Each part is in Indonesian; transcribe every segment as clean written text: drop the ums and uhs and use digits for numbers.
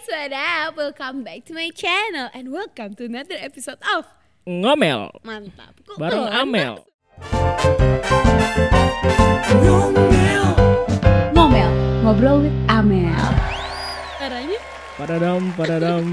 guys, what up? Welcome back to my channel and welcome to another episode of Ngomel Mantap. Kok bareng kelar, Amel. Ngomel, ngobrol with Amel. Caranya? Padadam.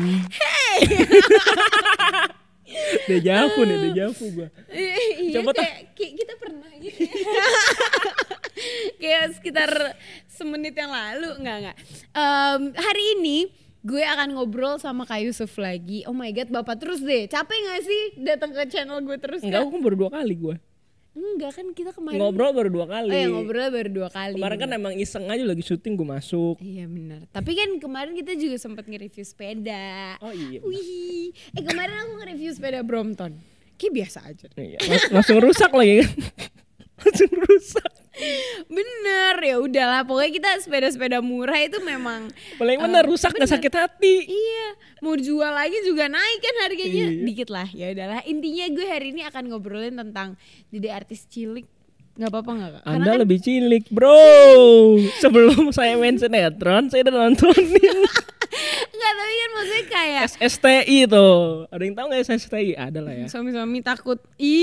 Dejavu gue. Iya, Coba kayak kita pernah gitu ya. Kayak sekitar semenit yang lalu, enggak. Hari ini gue akan ngobrol sama Kak Yusuf lagi. Oh my god, bapak terus deh. Capek gak sih datang ke channel gue terus? Enggak, aku baru 2 kali gue. Enggak kan kita kemarin Ngobrol baru 2 kali. Oh ya, ngobrol baru 2 kali. Kemarin kan emang iseng aja lagi syuting gue masuk. Iya benar. Tapi kan kemarin kita juga sempat nge-review sepeda. Oh iya. Wih. Kemarin aku nge-review sepeda Brompton. Kayak biasa aja. Iya. Langsung rusak lagi kan. Langsung rusak. Bener, ya udahlah. Pokoknya kita sepeda-sepeda murah itu memang Paling bener rusak bener. gak sakit hati. Iya, mau jual lagi juga naik kan harganya. Iya. Dikit lah, ya udahlah. Intinya gue hari ini akan ngobrolin tentang jadi artis cilik. Gak apa-apa gak Kak? Anda kan lebih cilik bro. Sebelum saya main sinetron saya udah nontonin. Enggak, tapi kan maksudnya kayak SSTI tuh. Ada yang tahu gak SSTI? Ada lah ya. suami-suami takut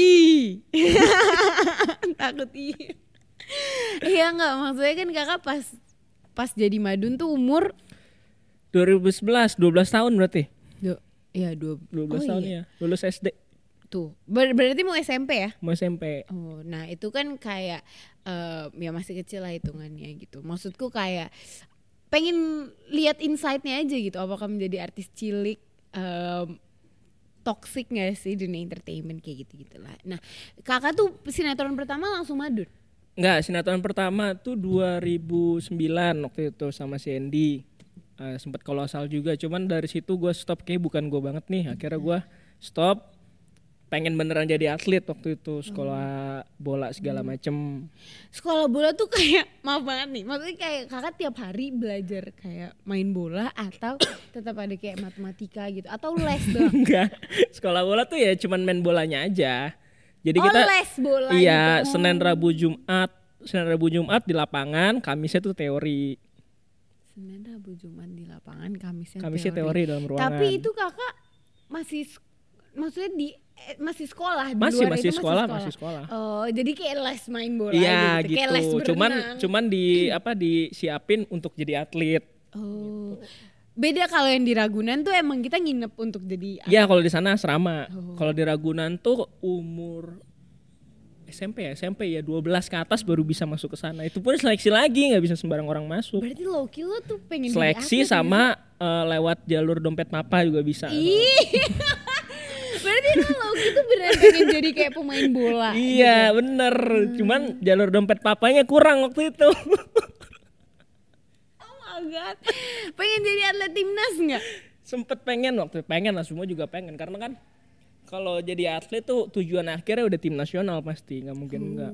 takut Iya enggak, maksudnya kan kakak pas jadi madun tuh umur 2011, 12 tahun berarti. ya 12 oh tahun iya. ya. Lulus SD. Tuh berarti mau SMP ya? Mau SMP. Oh, nah itu kan kayak ya masih kecil lah hitungannya gitu. Maksudku kayak pengen lihat insight-nya aja gitu. Apakah menjadi artis cilik toxic gak sih dunia entertainment kayak gitu-gitulah. Nah, kakak tuh sinetron pertama langsung madun. Enggak, sinetron pertama tuh 2009 waktu itu sama si Andy. Sempet kolosal juga, cuman dari situ gue stop, kayak bukan gue banget nih. Akhirnya gue stop, pengen beneran jadi atlet waktu itu, sekolah bola segala macem. Sekolah bola tuh kayak maaf banget nih, maksudnya kayak kakak tiap hari belajar kayak main bola atau tetap ada kayak matematika gitu atau les doang? Enggak, sekolah bola tuh ya cuman main bolanya aja. Jadi kita les bola iya gitu. Senin Rabu Jumat di lapangan, Kamisnya tuh teori. Senin Rabu Jumat di lapangan, Kamisnya teori dalam ruangan. Tapi itu kakak maksudnya masih sekolah di masih luar itu masih sekolah. Oh, jadi kayak les main bola iya gitu. Kayak les gitu. berenang. Cuman disiapin untuk jadi atlet. Oh. Beda kalau yang di Ragunan tuh emang kita nginep untuk jadi Iya, kalau di sana asrama. Oh. Kalau di Ragunan tuh umur SMP ya 12 ke atas baru bisa masuk ke sana. Itu pun seleksi lagi, nggak bisa sembarang orang masuk. Berarti Loki lo tuh pengen Seleksi jadi atlet sama lewat jalur dompet papa juga bisa. Berarti lo Loki tuh beneran pengen jadi kayak pemain bola. Iya gitu. bener, cuman jalur dompet papanya kurang waktu itu. Oh my god, pengen jadi atlet timnas nggak? Sempet pengen lah, semua juga pengen. Karena kan kalau jadi atlet tuh tujuan akhirnya udah tim nasional pasti, nggak mungkin enggak.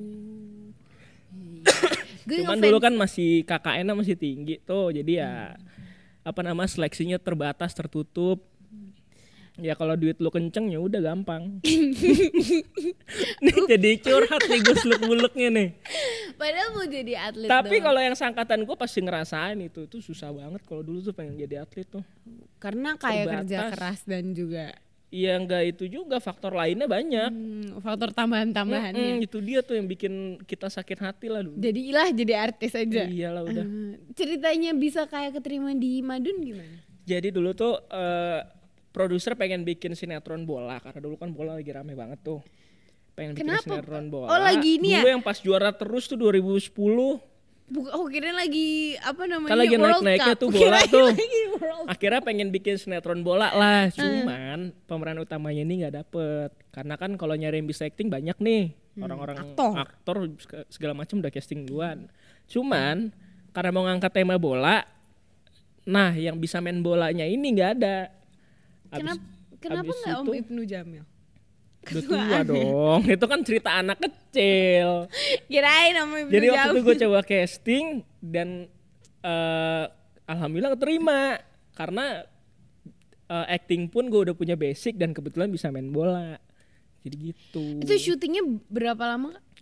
Cuman dulu kan masih KKN-nya masih tinggi tuh, jadi ya seleksinya terbatas, tertutup. Ya kalau duit lu kenceng ya udah gampang. Nih jadi curhat nih gue seluk-muluknya nih. Padahal mau jadi atlet. Tapi kalau yang seangkatan gue pasti ngerasain itu susah banget kalau dulu tuh pengen jadi atlet tuh. Karena kayak terbatas. kerja keras dan juga iya enggak itu juga, faktor lainnya banyak. Faktor tambahan-tambahannya. Itu dia tuh yang bikin kita sakit hati lah dulu. Jadilah jadi artis aja. Iyalah udah. Ceritanya bisa kayak keterima di Madun gimana? Jadi dulu tuh produser pengen bikin sinetron bola, karena dulu kan bola lagi rame banget tuh. Pengen bikin sinetron bola. Oh lagi ini dulu ya? yang pas juara terus tuh 2010. Kirain lagi apa namanya? Kan lagi World naik-naiknya Cup. tuh bola tuh. World. Akhirnya pengen bikin sinetron bola lah, cuman pemeran utamanya ini nggak dapet. Karena kan kalau nyari yang bisa acting banyak nih, orang-orang aktor segala macam udah casting duluan. Cuman karena mau ngangkat tema bola, nah yang bisa main bolanya ini nggak ada. Kenapa nggak Om Ibnu Jamil? Udah tua dong, itu kan cerita anak kecil. Kirain Om Ibnu Jamil. Jadi waktu itu gue coba casting dan alhamdulillah keterima. Karena acting pun gue udah punya basic dan kebetulan bisa main bola. Jadi gitu. Itu syutingnya berapa lama Kak?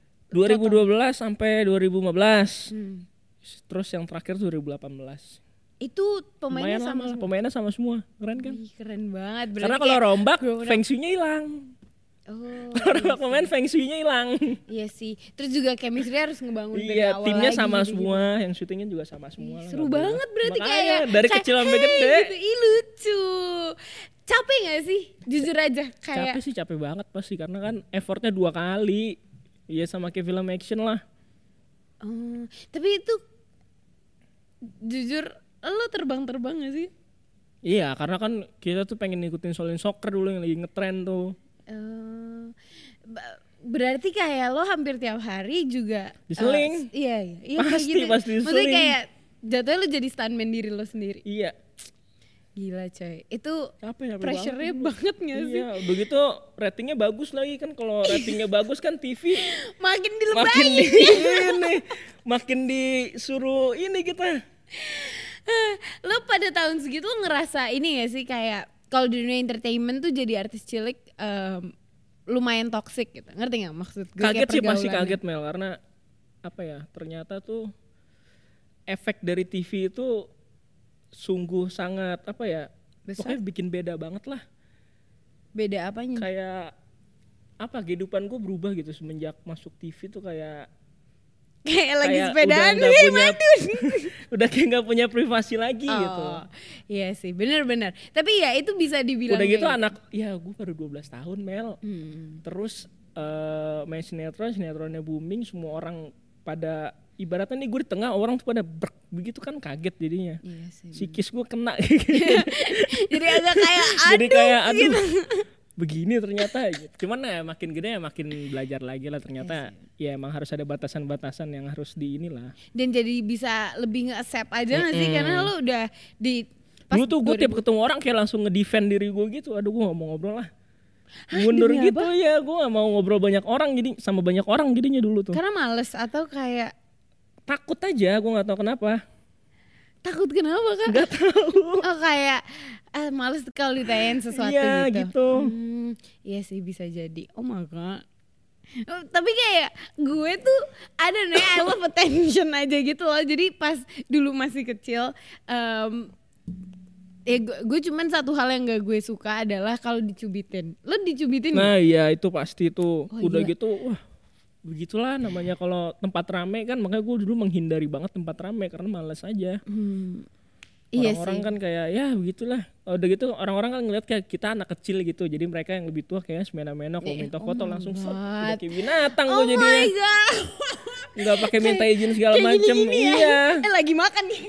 2012 sampai 2015. Terus yang terakhir 2018. Itu pemainnya pemainnya sama semua, keren kan? Wih, keren banget. Berarti karena kalau rombak feng shui-nya hilang. Kalau pemain feng shui-nya hilang. Iya sih. Terus juga chemistry harus ngebangun dari iya, awal timnya lagi sama gitu. semua, yang syutingnya juga sama semua. Seru banget berarti. Makanya, kayak dari kecil sampai gede. Gitu. Ih, lucu. Capek gak sih? Jujur aja kayak. Capek sih, capek banget pasti karena kan effortnya 2 kali. Iya, sama kayak film action lah. Tapi itu jujur lo terbang gak sih? Iya, karena kan kita tuh pengen ngikutin Shaolin Soccer dulu yang lagi ngetren tuh. Berarti kayak lo hampir tiap hari juga diseling. Iya pasti gitu. Pasti diseling. Maksudnya kayak jatuhnya lo jadi stuntman diri lo sendiri. Iya. Gila coy, itu capek pressure-nya banget gak sih? Iya, begitu ratingnya bagus lagi kan. Kalau ratingnya bagus kan TV makin dilebayin, makin disuruh ini kita. Lo pada tahun segitu lo ngerasa ini gak sih kayak kalau di dunia entertainment tuh jadi artis cilik lumayan toxic gitu, ngerti gak maksud gue? Kaget sih, pasti kaget Mel, karena apa ya, ternyata tuh efek dari TV itu sungguh sangat apa ya, besar. Pokoknya bikin beda banget lah. Beda apanya? Kayak apa, kehidupan gue berubah gitu semenjak masuk TV tuh kayak lagi sepedaan nih Madun. Udah kayak gak punya privasi lagi gitu. Iya sih, benar-benar. Tapi ya itu bisa dibilang udah gitu kayak anak, ya gue baru 12 tahun Mel. Terus main sinetronnya booming, semua orang pada ibaratnya nih gue di tengah, orang tuh pada begitu kan, kaget jadinya. Iya sih, psikis gue kena. Jadi agak kayak aduh gitu. Begini ternyata gitu. Cuman ya makin gede ya makin belajar lagi lah ternyata. Ya emang harus ada batasan-batasan yang harus di inilah. Dan jadi bisa lebih nge-accept aja gak sih, karena lo udah di dulu tuh gue tiap ketemu orang kayak langsung nge-defend diri gue gitu. Aduh, gue gak mau ngobrol lah. Mundur gitu apa? Ya, gue gak mau ngobrol banyak orang, jadi sama banyak orang jadinya dulu tuh. Karena males atau kayak takut aja, gue gak tahu kenapa. Takut kenapa kan? Gak tahu. Oh kayak males kalau ditanyain sesuatu gitu. Iya sih, bisa jadi. Oh my god. Tapi kayak gue tuh ada nih, I love attention aja gitu loh. Jadi pas dulu masih kecil, ya gue cuman satu hal yang gak gue suka adalah kalau dicubitin. Lo dicubitin? Nah iya itu pasti tuh. Udah gitu, wah begitulah namanya kalau tempat rame kan. Makanya gue dulu menghindari banget tempat rame karena malas aja. Orang-orang kan kayak ya begitulah. Udah gitu orang-orang kan ngeliat kayak kita anak kecil gitu. Jadi mereka yang lebih tua kayak semena-mena kalau minta foto langsung udah kayak binatang gue jadinya. Oh my god. Nggak pakai minta izin segala macem. Iya. Lagi makan nih.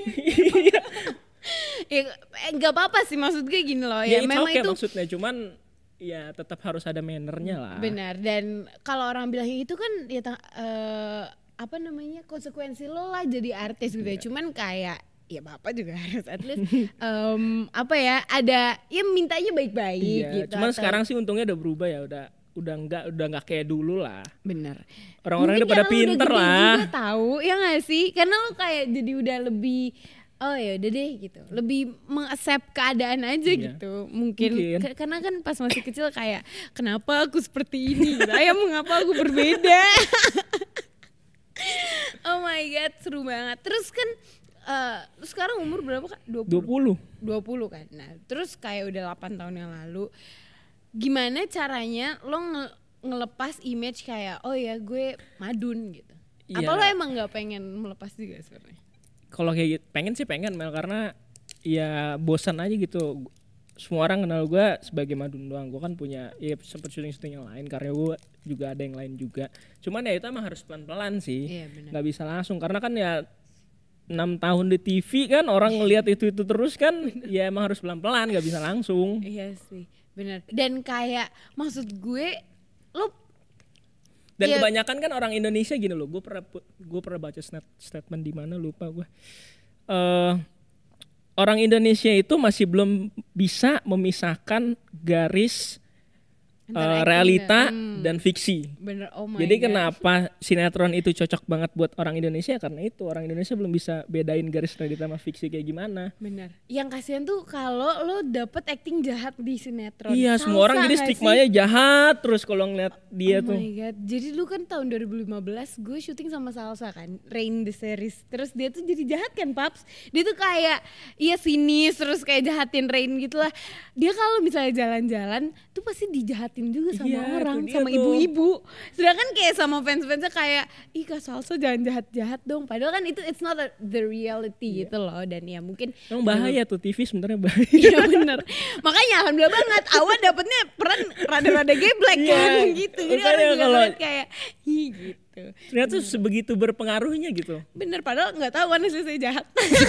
Ya nggak apa-apa sih, maksud gue gini loh ya, memang okay, itu maksudnya, cuman ya tetap harus ada mannernya lah. Benar, dan kalau orang bilang itu kan ya apa namanya, konsekuensi lo lah jadi artis gitu ya. Cuman kayak ya bapak juga harus at least apa ya, ada ya mintanya baik-baik gitu. Cuman sekarang sih untungnya udah berubah ya, udah nggak kayak dulu lah. Bener. Orang-orang udah pada pinter lah. Juga tahu ya nggak sih, karena lo kayak jadi udah lebih oh ya udah deh gitu, lebih meng-accept keadaan aja gitu mungkin. Karena kan pas masih kecil kayak kenapa aku seperti ini gitu, mengapa aku berbeda. Oh my god, seru banget. Terus kan sekarang umur berapa Kak? 20 kan. Nah terus kayak udah 8 tahun yang lalu, gimana caranya lo ngelepas image kayak oh ya gue Madun gitu? Apa lo emang gak pengen melepas juga sebenarnya? Kalau kayak gitu, pengen Mel, karena ya bosan aja gitu. Semua orang kenal gue sebagai Madun doang. Gue kan punya ya sempet syuting yang lain, karena gue juga ada yang lain juga. Cuman ya itu emang harus pelan-pelan sih. Gak bisa langsung, karena kan ya 6 tahun di TV kan orang ngelihat itu terus kan. Ya emang harus pelan-pelan, gak bisa langsung. Iya sih, benar. Dan kayak maksud gue lo dan kebanyakan kan orang Indonesia gini loh, gue pernah baca statement di mana lupa gue. Orang Indonesia itu masih belum bisa memisahkan garis realita dan fiksi. Bener, oh my Jadi God. kenapa sinetron itu cocok banget buat orang Indonesia, karena itu orang Indonesia belum bisa bedain garis realita sama fiksi kayak gimana. Bener. Yang kasihan tuh kalau lo dapet acting jahat di sinetron. Iya, semua orang jadi stigmanya jahat terus kalau ngeliat dia tuh. Oh my God. Jadi lu kan tahun 2015 gue syuting sama Salsa kan, Rain the series. Terus dia tuh jadi jahat kan, Paps. Dia tuh kayak sinis terus kayak jahatin Rain gitu lah. Dia kalau misalnya jalan-jalan tuh pasti dijahatin juga sama orang, sama ibu-ibu. Sedangkan kayak sama fans-fansnya kayak, ih Kak Salsa jangan jahat-jahat dong. Padahal kan itu it's not the reality gitu loh. Dan ya mungkin emang bahaya tuh, TV sebenarnya bahaya. Iya bener. Makanya alhamdulillah banget Awan dapetnya peran rada-rada geblek kan gitu. Jadi orang juga ngeliat kayak gitu. Ternyata tuh sebegitu berpengaruhnya gitu. Bener, padahal gak tahu kan saya jahat.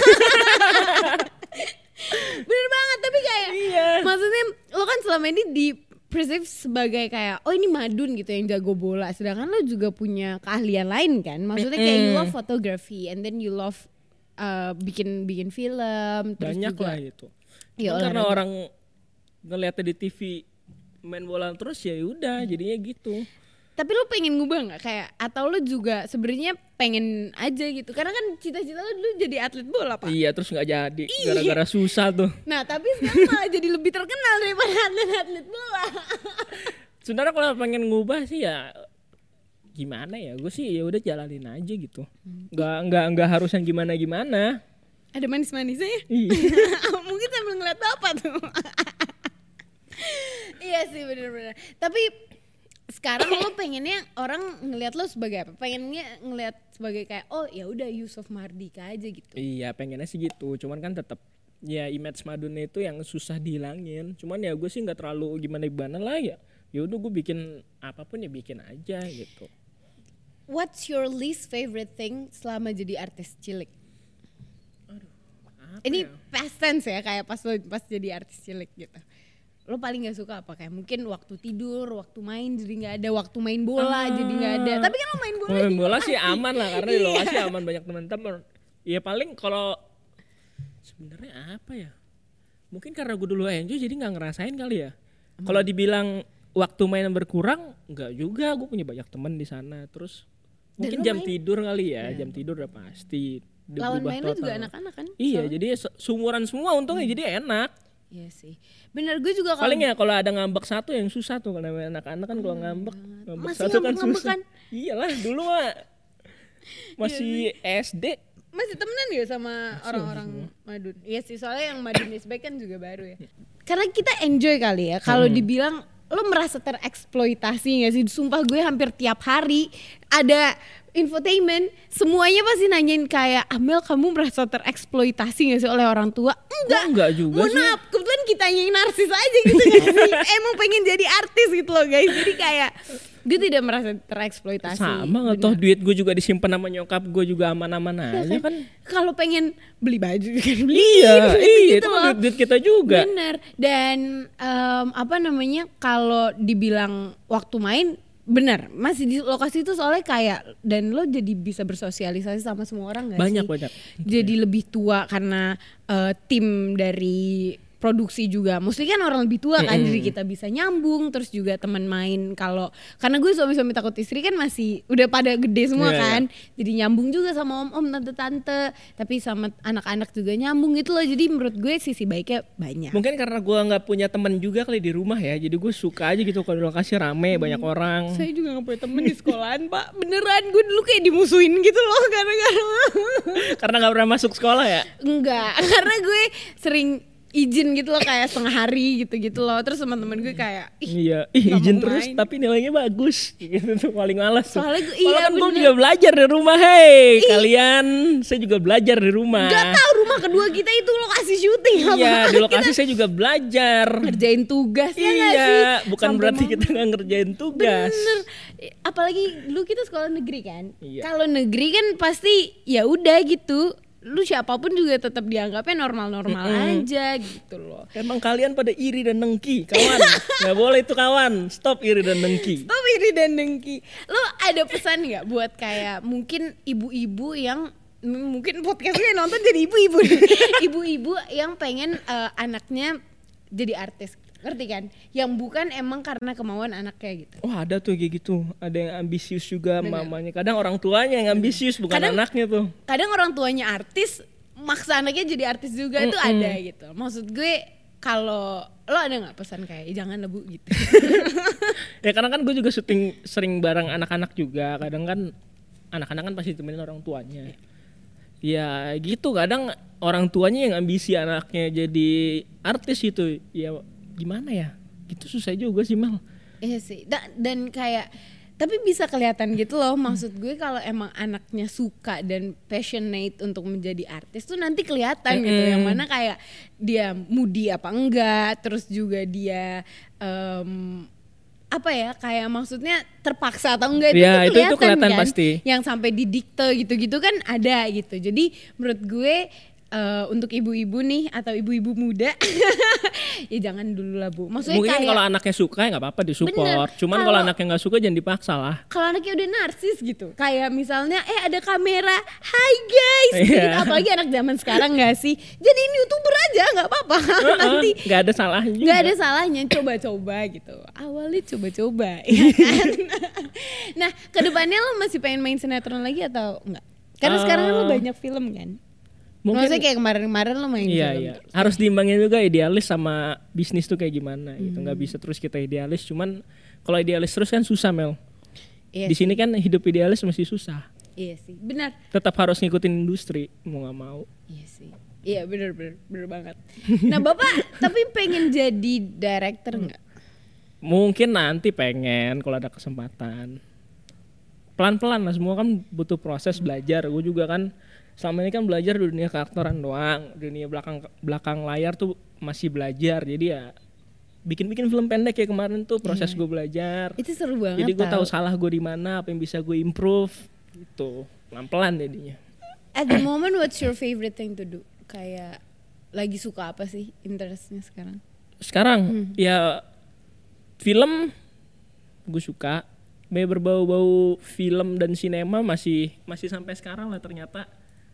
Bener banget, tapi kayak maksudnya lo kan selama ini di perceive sebagai kayak oh ini madun gitu yang jago bola, sedangkan lo juga punya keahlian lain kan. Maksudnya kayak you love photography and then you love bikin film terus banyak juga lah gitu. Ya, karena orang ngeliatnya di TV main bola terus ya udah jadinya gitu. Tapi lu pengen ngubah nggak kayak, atau lu juga sebenarnya pengen aja gitu, karena kan cita-cita lu dulu jadi atlet bola, Pak. Iya, terus nggak jadi gara-gara susah tuh. Nah tapi sekarang malah jadi lebih terkenal daripada atlet bola. Sebenarnya kalau pengen ngubah sih ya gimana ya, gue sih ya udah jalanin aja gitu. Nggak harus yang gimana. Ada manis-manisnya ya? Iya. Mungkin sambil ngeliat bapak tuh. Iya sih bener-bener. Tapi sekarang lo pengennya orang ngelihat lo sebagai apa? Pengennya ngelihat sebagai kayak oh ya udah Yusuf Mardika aja gitu. Iya, pengennya sih gitu. Cuman kan tetap ya image madunnya itu yang susah dihilangin. Cuman ya gue sih nggak terlalu gimana lah ya. Ya udah gue bikin apapun ya bikin aja gitu. What's your least favorite thing selama jadi artis cilik? Ini past tense ya, kayak pas jadi artis cilik gitu. Lo paling gak suka apa? Kayak mungkin waktu tidur, waktu main jadi gak ada, waktu main bola jadi gak ada. Tapi kan lo main bola main bola sih aman lah, karena di lokasi aman, banyak teman-teman. Ya paling kalau sebenarnya apa ya? Mungkin karena gue dulu enjoy jadi gak ngerasain kali ya. Kalau dibilang waktu main berkurang, enggak juga, gue punya banyak teman di sana. Terus mungkin jam tidur kali ya, jam tidur udah pasti. Lawan main lo juga anak-anak kan? Iya, jadi sumuran semua untungnya jadi enak. Iya sih. Bener, gue juga paling ya kalau ada ngambek satu yang susah tuh, kalau anak-anak kan kalau ngambek satu kan susah. Iyalah dulu mah masih SD. Masih temenan ya sama orang-orang madun? Iya sih, soalnya yang madun Isbek kan juga baru ya. Karena kita enjoy kali ya. Kalau dibilang lo merasa tereksploitasi gak sih? Sumpah gue hampir tiap hari ada infotainment, semuanya pasti nanyain kayak Amel kamu merasa tereksploitasi gak sih oleh orang tua? Enggak juga sih. Maaf, kebetulan kita yang narsis aja gitu gak sih? Emang pengen jadi artis gitu loh guys. Jadi kayak gue tidak merasa tereksploitasi. Sama toh duit gue juga disimpan sama nyokap gue juga aman-aman aja kan. Kalau pengen beli baju kan beli. Iya itu kan duit kita juga. Bener. Dan kalau dibilang waktu main, benar masih di lokasi itu soalnya kayak, dan lo jadi bisa bersosialisasi sama semua orang gak banyak sih? Jadi lebih tua karena tim dari produksi juga, mesti kan orang lebih tua kan, jadi kita bisa nyambung. Terus juga teman main, karena gue suami takut istri kan masih udah pada gede semua kan, jadi nyambung juga sama om-om, tante-tante, tapi sama anak-anak juga nyambung gitu loh. Jadi menurut gue sisi baiknya banyak. Mungkin karena gue nggak punya teman juga kali di rumah ya, jadi gue suka aja gitu kalau di lokasi rame banyak orang. Saya juga nggak punya temen di sekolahan Pak, beneran gue dulu kayak dimusuhin gitu loh karena nggak pernah masuk sekolah ya? Enggak, karena gue sering izin gitu loh, kayak setengah hari gitu loh. Terus teman-teman gue kayak izin terus main, tapi nilainya bagus gitu tuh, paling malas. Soalnya gue, kan gue juga belajar di rumah. Kalian, saya juga belajar di rumah. Gak tau rumah kedua kita itu lokasi syuting. Iya, di lokasi saya juga belajar ngerjain tugas. Iya, bukan sampai berarti kita nggak ngerjain tugas. Bener, apalagi dulu kita sekolah negeri kan. Kalau negeri kan pasti ya udah gitu, lu siapapun juga tetap dianggapnya normal-normal aja gitu loh. Emang kalian pada iri dan dengki, kawan. Gak boleh itu kawan, stop iri dan dengki. Stop iri dan dengki. Lu ada pesan gak buat kayak mungkin ibu-ibu yang, mungkin podcastnya nonton jadi ibu-ibu. Ibu-ibu yang pengen anaknya jadi artis. ngerti kan? Yang bukan emang karena kemauan anaknya gitu. Oh ada tuh kayak gitu, ada yang ambisius juga. Mamanya. Kadang orang tuanya yang ambisius bukan anaknya tuh. Kadang orang tuanya artis, maksa anaknya jadi artis juga tuh ada gitu. Maksud gue kalau lo ada nggak pesan kayak jangan lebu gitu? Ya karena kan gue juga syuting sering bareng anak-anak juga. Kadang kan anak-anak kan pasti temenin orang tuanya. Ya gitu, kadang orang tuanya yang ambisi anaknya jadi artis itu. Ya gimana ya, gitu susah juga sih Mel. Iya sih, dan kayak tapi bisa kelihatan gitu loh. Maksud gue kalau emang anaknya suka dan passionate untuk menjadi artis tuh nanti kelihatan gitu. Yang mana kayak dia moody apa enggak, terus juga dia apa ya, kayak maksudnya terpaksa atau enggak ya, itu kelihatan kan? Pasti. Yang sampai didikte gitu-gitu kan ada gitu. Jadi menurut gue untuk ibu-ibu nih atau ibu-ibu muda ya jangan dulu lah Bu. Maksudnya mungkin kayak kalau anaknya suka ya nggak apa-apa disupport. Cuman kalau anaknya nggak suka jangan dipaksa lah. Kalau anaknya udah narsis gitu, kayak misalnya ada kamera, hai guys, gitu. Apalagi anak zaman sekarang nggak sih? Jadiin YouTuber aja nggak apa-apa. Nanti nggak ada salahnya. Nggak ada salahnya, coba-coba gitu. Awalnya coba-coba, ya kan? Nah, kedepannya lo masih pengen main sinetron lagi atau enggak? Karena sekarang kan lo banyak film kan. Mungkin, maksudnya kayak kemarin-kemarin lo main film. Iya. Harus diimbangin juga idealis sama bisnis tuh kayak gimana gitu. Nggak bisa terus kita idealis. Cuman kalau idealis terus kan susah Mel. Iya. Di sini kan hidup idealis masih susah. Iya sih, benar. Tetap harus ngikutin industri mau nggak mau. Iya sih. Iya benar banget. Nah Bapak tapi pengen jadi director nggak? Mungkin nanti pengen kalau ada kesempatan. Pelan-pelan lah, semua kan butuh proses belajar. Gue juga kan selama ini kan belajar di dunia keaktoran doang, dunia belakang layar tuh masih belajar. Jadi ya bikin film pendek ya kemarin tuh proses gue belajar. Itu seru banget. Jadi gue tahu salah gue di mana, apa yang bisa gue improve. Gitu, pelan-pelan jadinya. At the moment what's your favorite thing to do? Kayak lagi suka apa sih interestnya sekarang? Sekarang ya film gue suka. Berbau-bau film dan sinema masih sampai sekarang lah ternyata.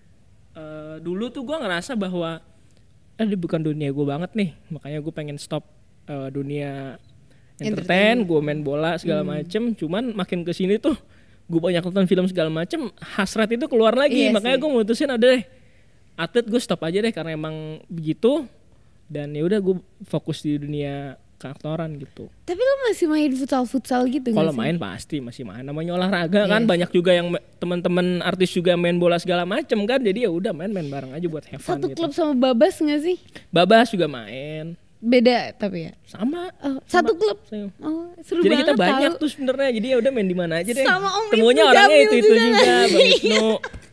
Dulu tuh gue ngerasa bahwa ini bukan dunia gue banget nih, makanya gue pengen stop dunia entertain, gue main bola segala macem. Cuman makin kesini tuh gue banyak nonton film segala macem, hasrat itu keluar lagi. Iya, makanya gue mutusin udah deh atlet gue stop aja deh karena emang begitu. Dan ya udah gue fokus di dunia keaktoran gitu. Tapi lo masih main futsal gitu? Kalau main pasti masih main, namanya olahraga kan. Banyak juga yang teman-teman artis juga main bola segala macem kan. Jadi ya udah main bareng aja buat have fun. Satu klub sama Babas nggak sih? Babas juga main. Beda tapi ya. Sama. Satu klub. Oh, seru jadi banget. Jadi kita banyak tuh sebenarnya. Jadi ya udah main di mana aja deh. Sama Om temunya Ibnu orangnya Jamil itu juga Bang Ibnu.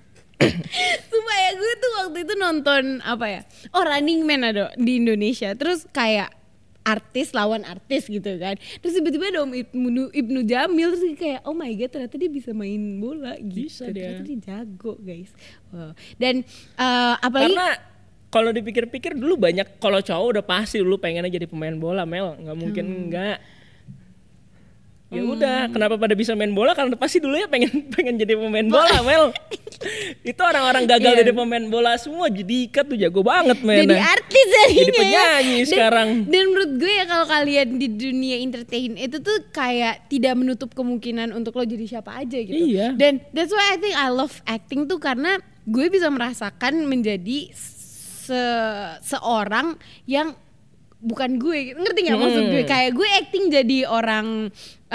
Sumpah ya, gue tuh waktu itu nonton apa ya? Running Man ada di Indonesia. Terus kayak artis lawan artis gitu kan. Terus tiba-tiba ada Om Ibnu Jamil. Terus kayak oh my god, ternyata dia bisa main bola gitu. Bisa dia. Ternyata dia jago guys. Wow. Dan apalagi karena kalau dipikir-pikir dulu banyak, kalau cowok udah pasti dulu pengennya jadi pemain bola Mel. Gak mungkin enggak. Ya udah, kenapa pada bisa main bola? Karena pasti dulu ya pengen jadi pemain bola Mel. Itu orang-orang gagal jadi pemain bola semua jadi ikat tuh jago banget mainnya. Jadi artis jadinya. Jadi penyanyi sekarang. Dan menurut gue ya kalau kalian di dunia entertain itu tuh kayak tidak menutup kemungkinan untuk lo jadi siapa aja gitu. Iya. Dan that's why I think I love acting tuh karena gue bisa merasakan menjadi seorang yang bukan gue, ngerti nggak maksud gue? Kayak gue acting jadi orang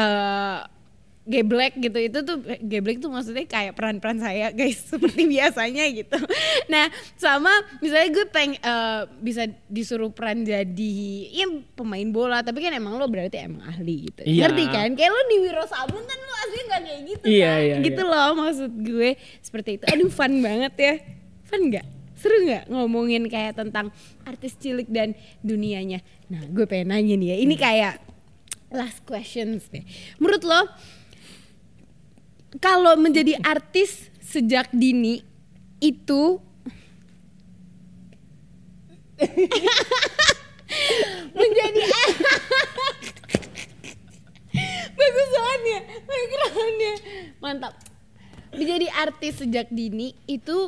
geblek gitu. Itu tuh geblek tuh maksudnya kayak peran-peran saya guys seperti biasanya gitu. Nah sama misalnya gue bisa disuruh peran jadi ya pemain bola, tapi kan emang lo berarti emang ahli gitu. Iya. Ngerti kan? Kayak lo di Wiro Sableng kan lo aslinya nggak kayak gitu kan? Iya. Gitu loh maksud gue seperti itu. Aduh fun banget ya, fun nggak? Seru gak ngomongin kayak tentang artis cilik dan dunianya? Nah gue pengen nanya nih ya, ini kayak last questions deh. Menurut lo kalau menjadi artis sejak dini itu menjadi bagus soalnya backgroundnya mantap. Menjadi artis sejak dini itu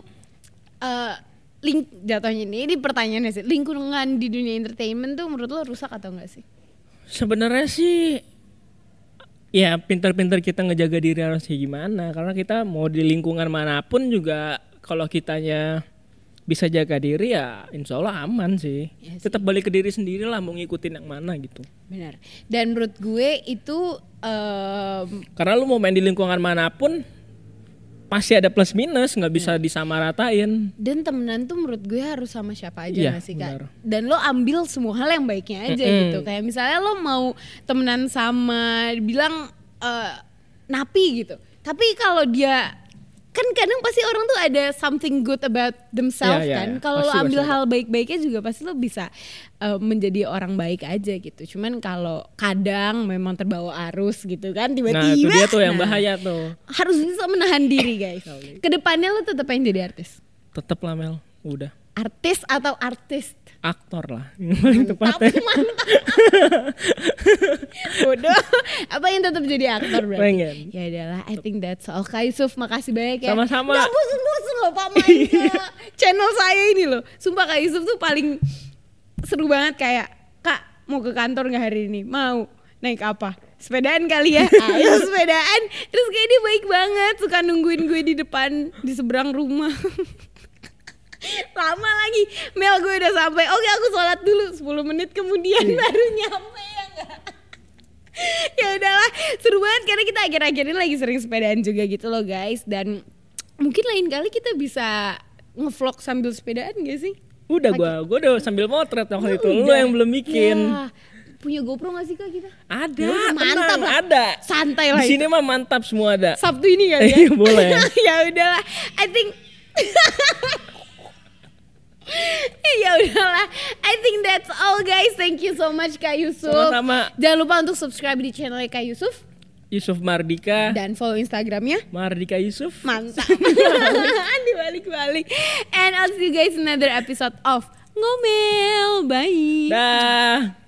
jatuhnya ini pertanyaannya sih, lingkungan di dunia entertainment tuh menurut lo rusak atau enggak sih? Sebenarnya sih ya pintar-pintar kita ngejaga diri harus kayak gimana, karena kita mau di lingkungan manapun juga kalau kitanya bisa jaga diri ya insya Allah aman sih. Ya sih. Tetap balik ke diri sendiri lah, mau ngikutin yang mana gitu. Benar. Dan menurut gue itu karena lu mau main di lingkungan manapun pasti ada plus minus, nggak bisa disamaratain. Dan temenan tuh menurut gue harus sama siapa aja, gak sih Kak? Dan lo ambil semua hal yang baiknya aja gitu. Kayak misalnya lo mau temenan sama bilang napi gitu, tapi kalau dia kan kadang pasti orang tuh ada something good about themselves kan. Kalau lo ambil hal baik-baiknya juga pasti lo bisa menjadi orang baik aja gitu. Cuman kalau kadang memang terbawa arus gitu kan tiba-tiba. Nah itu dia tuh yang bahaya tuh. Harus bisa menahan diri guys. Kedepannya lo tetap pengen jadi artis? Tetep lah Mel, udah. Artis atau artis? Aktor lah, yang paling tepatnya. Bodoh. Apa yang tetap jadi aktor berarti? Pengen. Ya udahlah, I think that's all. Kak Yusuf, makasih banyak ya. Sama-sama. Gak bosen-bosen loh Pak Maika. Channel saya ini loh. Sumpah Kak Yusuf tuh paling seru banget, kayak Kak mau ke kantor gak hari ini? Mau. Naik apa? Sepedaan kali ya. Ayo sepedaan. Terus kayak dia baik banget, suka nungguin gue di depan, di seberang rumah. Lama lagi, Mel gue udah sampai. Oke aku sholat dulu, 10 menit kemudian baru nyampe ya gak? Ya udahlah, seru banget karena kita akhir-akhir ini lagi sering sepedaan juga gitu loh guys. Dan mungkin lain kali kita bisa ngevlog sambil sepedaan gak sih? Udah gue udah sambil motret waktu itu, lu yang belum bikin ya. Punya GoPro gak sih Kak kita? Ada, ya, mantap lah. Ada. Santai lah. Di sini mah mantap semua ada. Sabtu ini kali ya? Boleh. Ya udahlah, I think ya udahlah, I think that's all guys. Thank you so much Kak Yusuf. Sama-sama. Jangan lupa untuk subscribe di channel Kak Yusuf, Yusuf Mardika, dan follow Instagramnya Mardika Yusuf. Mantap. Dibalik-balik. And I'll see you guys in another episode of Ngomel. Bye. Dah.